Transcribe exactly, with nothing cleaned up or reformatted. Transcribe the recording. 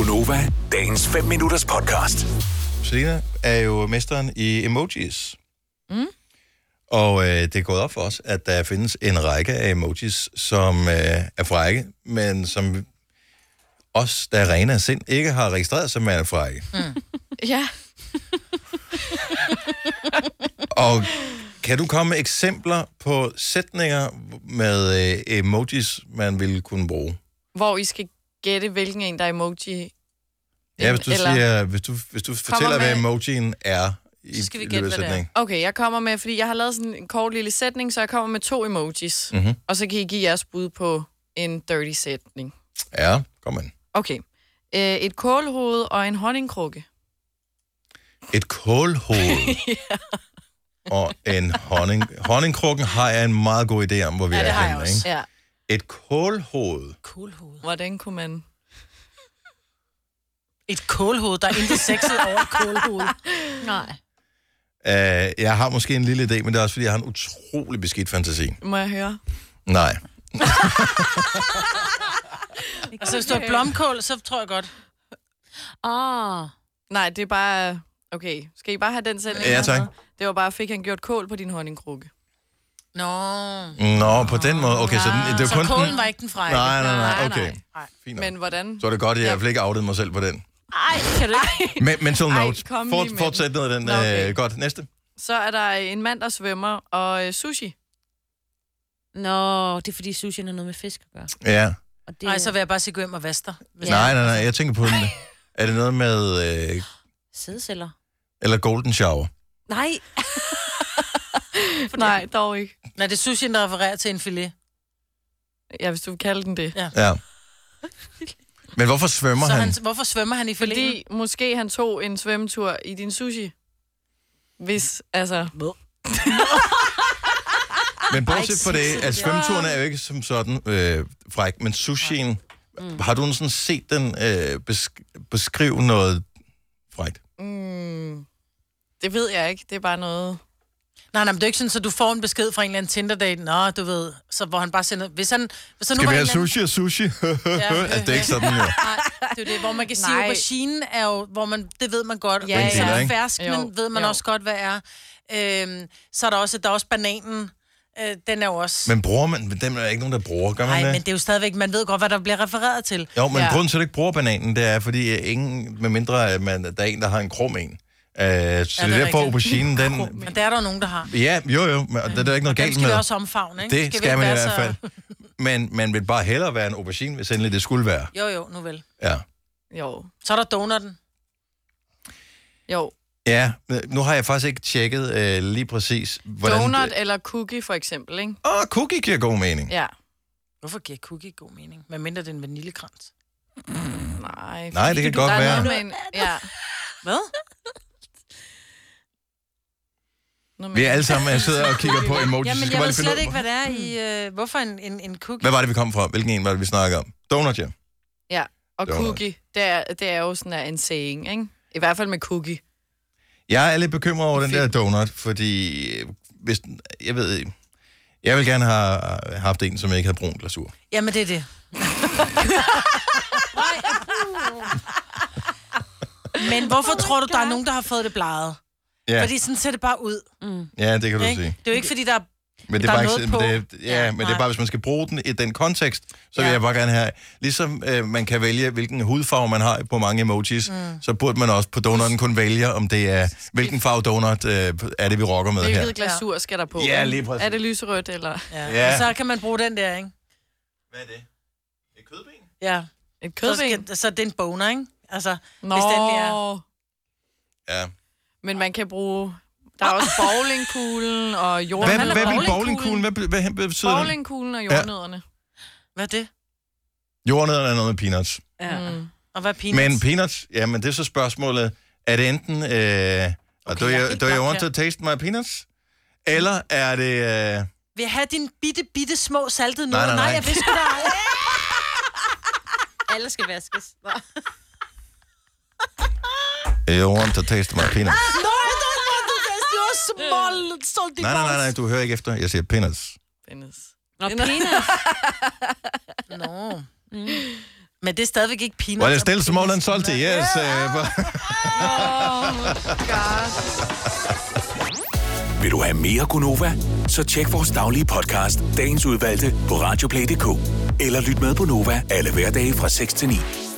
Gunova, dagens fem minutters podcast. Selina er jo mesteren i emojis. Mm. Og øh, det er gået op for os, at der findes en række af emojis, som øh, er frække, men som os, der er rene af sind, ikke har registreret som er frække. Mm. Ja. Og kan du komme med eksempler på sætninger med øh, emojis, man ville kunne bruge? Hvor I skal gætte, hvilken en, der er emoji. Ja, hvis du, eller... siger, hvis du, hvis du fortæller, med... hvad emojien er i så skal vi gætte, hvad det er. Okay, jeg kommer med, fordi jeg har lavet sådan en kort lille sætning, så jeg kommer med to emojis. Mm-hmm. Og så kan I give jeres bud på en dirty sætning. Ja, kom ind. Okay. Øh, et kålhoved og en honningkrukke. Et kålhoved Ja. og en honning. Honningkrukken har jeg en meget god idé om, hvor vi ja, er henne, ikke? Ja. Et kålhoved. Kålhoved. Hvordan kunne man... Et kålhoved, der er intet sexet over kålhoved. Nej. Uh, jeg har måske en lille idé, men det er også, fordi jeg har en utrolig beskidt fantasi. Må jeg høre? Nej. Altså, hvis du har blomkål, så tror jeg godt. Ah. Nej, det er bare... Okay, skal I bare have den sætning? Ja, tak. Det var bare, fik han gjort kål på din honningkrukke. Nå. Nå, på den måde. Okay, så den, det var så kun kålen den... var ikke den frække. Nej, nej, nej, okay. Nej, nej. Fint. Men hvordan? Så er det godt, at jeg i hvert fald ikke outet mig selv på den. Ej, kan du ikke? Men, mental Ej, note. kom Fort, lige med fortsæt ned ad den. Nå, okay. øh, godt, næste. Så er der en mand, der svømmer, og øh, sushi. Nå, det er fordi sushi har noget med fisk at gøre. Ja. Og det... Nej, så vil jeg bare sige, gå hjem og vaske dig. Ja. Nej, nej, nej, jeg tænker på den. Er det noget med... Øh, sædceller. eller golden shower? Nej. Nej, dog ikke. Nej, det er sushi, der refererer til en filet. Ja, hvis du vil kalde den det. Ja. Ja. Men hvorfor svømmer så han? han? Hvorfor svømmer han i fileten? Fordi måske han tog en svømmetur i din sushi. Hvis, altså... Men bortset fra det, at svømmeturen er jo ikke som sådan øh, fræk, men sushien, mm. har du sådan set den øh, besk- beskrive noget frækt? Mm, det ved jeg ikke. Det er bare noget... Nej, nej, men det er ikke sådan, så du får en besked fra en eller anden Tinder-date. Nå, du ved, så hvor han bare sender... Hvis han, hvis han Skal nu vi var have en sushi og sushi? Ja. Altså, det er ikke sådan, jo. Nej, det er jo det, hvor man kan sige, at aubergine er jo, hvor man, det ved man godt. Ja, Ja, ja. ja. Ikke? Fersknen Jo, ved man jo. også godt, hvad er. Øhm, så er der også, der er også bananen. Øh, den er jo også... Men bruger man, men dem er der ikke nogen, der bruger, gør man Nej, det? men det er jo stadigvæk, man ved godt, hvad der bliver refereret til. Jo, men Ja. grunden til, at du ikke bruger bananen, det er, fordi ingen, med mindre at man, der er en, der har en krum en. Uh, så ja, det er derfor, rigtigt. auberginen, den... Men der er der jo nogen, der har. Ja, jo, jo, men det er der ikke noget Dem galt skal vi med. også omfavne, ikke? Det vi skal ikke man i være hvert så- fald. Men man vil bare hellere være en aubergine, hvis endelig det skulle være. Jo, jo, nu vel. Ja. Jo. Så er der donutten. Jo. Ja, nu har jeg faktisk ikke tjekket øh, lige præcis, hvordan... Donut eller cookie, for eksempel, ikke? Åh, oh, cookie giver god mening. Ja. Hvorfor giver cookie god mening? Hvad mindre det er en vaniljekrans? Nej. Nej, fordi det kan du- godt der er være. noget med en- Ja. Hvad? Noget med Vi er en- alle sammen, jeg sidder og kigger på emojis. Jamen, så skal jeg bare ved lige finde slet ud- ikke, hvad det er i... Øh, hvorfor en, en, en cookie? Hvad var det, vi kom fra? Hvilken en var det, vi snakkede om? Donut, ja. Ja, og Donut. cookie, det er, det er jo sådan en saying, ikke? I hvert fald med cookie. Jeg er lidt bekymret over den der donut, fordi øh, hvis, den- jeg ved ikke, jeg vil gerne have haft en, som ikke havde brun glasur. Jamen, det er det. Men hvorfor tror du, der er nogen, der har fået det bleget? Ja, Fordi sådan ser det bare ud. Mm. ja det kan du Ikke? sige. Det er jo ikke, fordi der er... Men det der er er bare noget ikke, på. men det, ja, Ja, men det er nej. bare, hvis man skal bruge den i den kontekst, så vil Ja. jeg bare gerne have, ligesom øh, man kan vælge, hvilken hudfarve man har på mange emojis, mm. så burde man også på donutten kunne vælge, om det er, hvilken farve donut øh, er det, vi rocker med her. Hvilket glasur skal der på? Ja, ikke? lige præcis. Er det lyserødt, eller Ja. Ja. ja. Og så kan man bruge den der, ikke? Hvad er det? Et kødben? Ja. et Så, kødben? skal, så er det en boner, ikke? Altså, Nå, hvis den er... Ja. men man kan bruge... Der er også bowlingkuglen og jord... Hvad, Hvad er hvad vil bowlingkuglen? bowlingkuglen? Hvad, hvad, hvad betyder den? Bowlingkuglen og jordnødderne. Hvad er det? Jordnødderne er noget med peanuts. Ja. Mm. Og hvad er peanuts? Men peanuts, ja, men det er så spørgsmålet, er det enten, øh, okay, do, jeg er you, helt do you blank want her. to taste my peanuts? Eller er det... Øh, Vil jeg have dine bitte, bitte små saltede Nej, nødder? nej, nej. Nej, jeg vidste sgu da. Alle skal vaskes. you want to taste my peanuts? No, I don't want to taste your small salty Nej, nej, nej, nej, du hører ikke efter. Jeg siger peanuts. Penis. Nå, penis. Nå. Mm. Men det er stadigvæk ikke peanuts. Well, it's still small and salty, yes. Yeah. Uh, Oh, God. Vil du have mere Gunova? Så tjek vores daglige podcast, dagens udvalgte, på radioplay punktum d k. Eller lyt med på Nova alle hverdage fra seks til ni.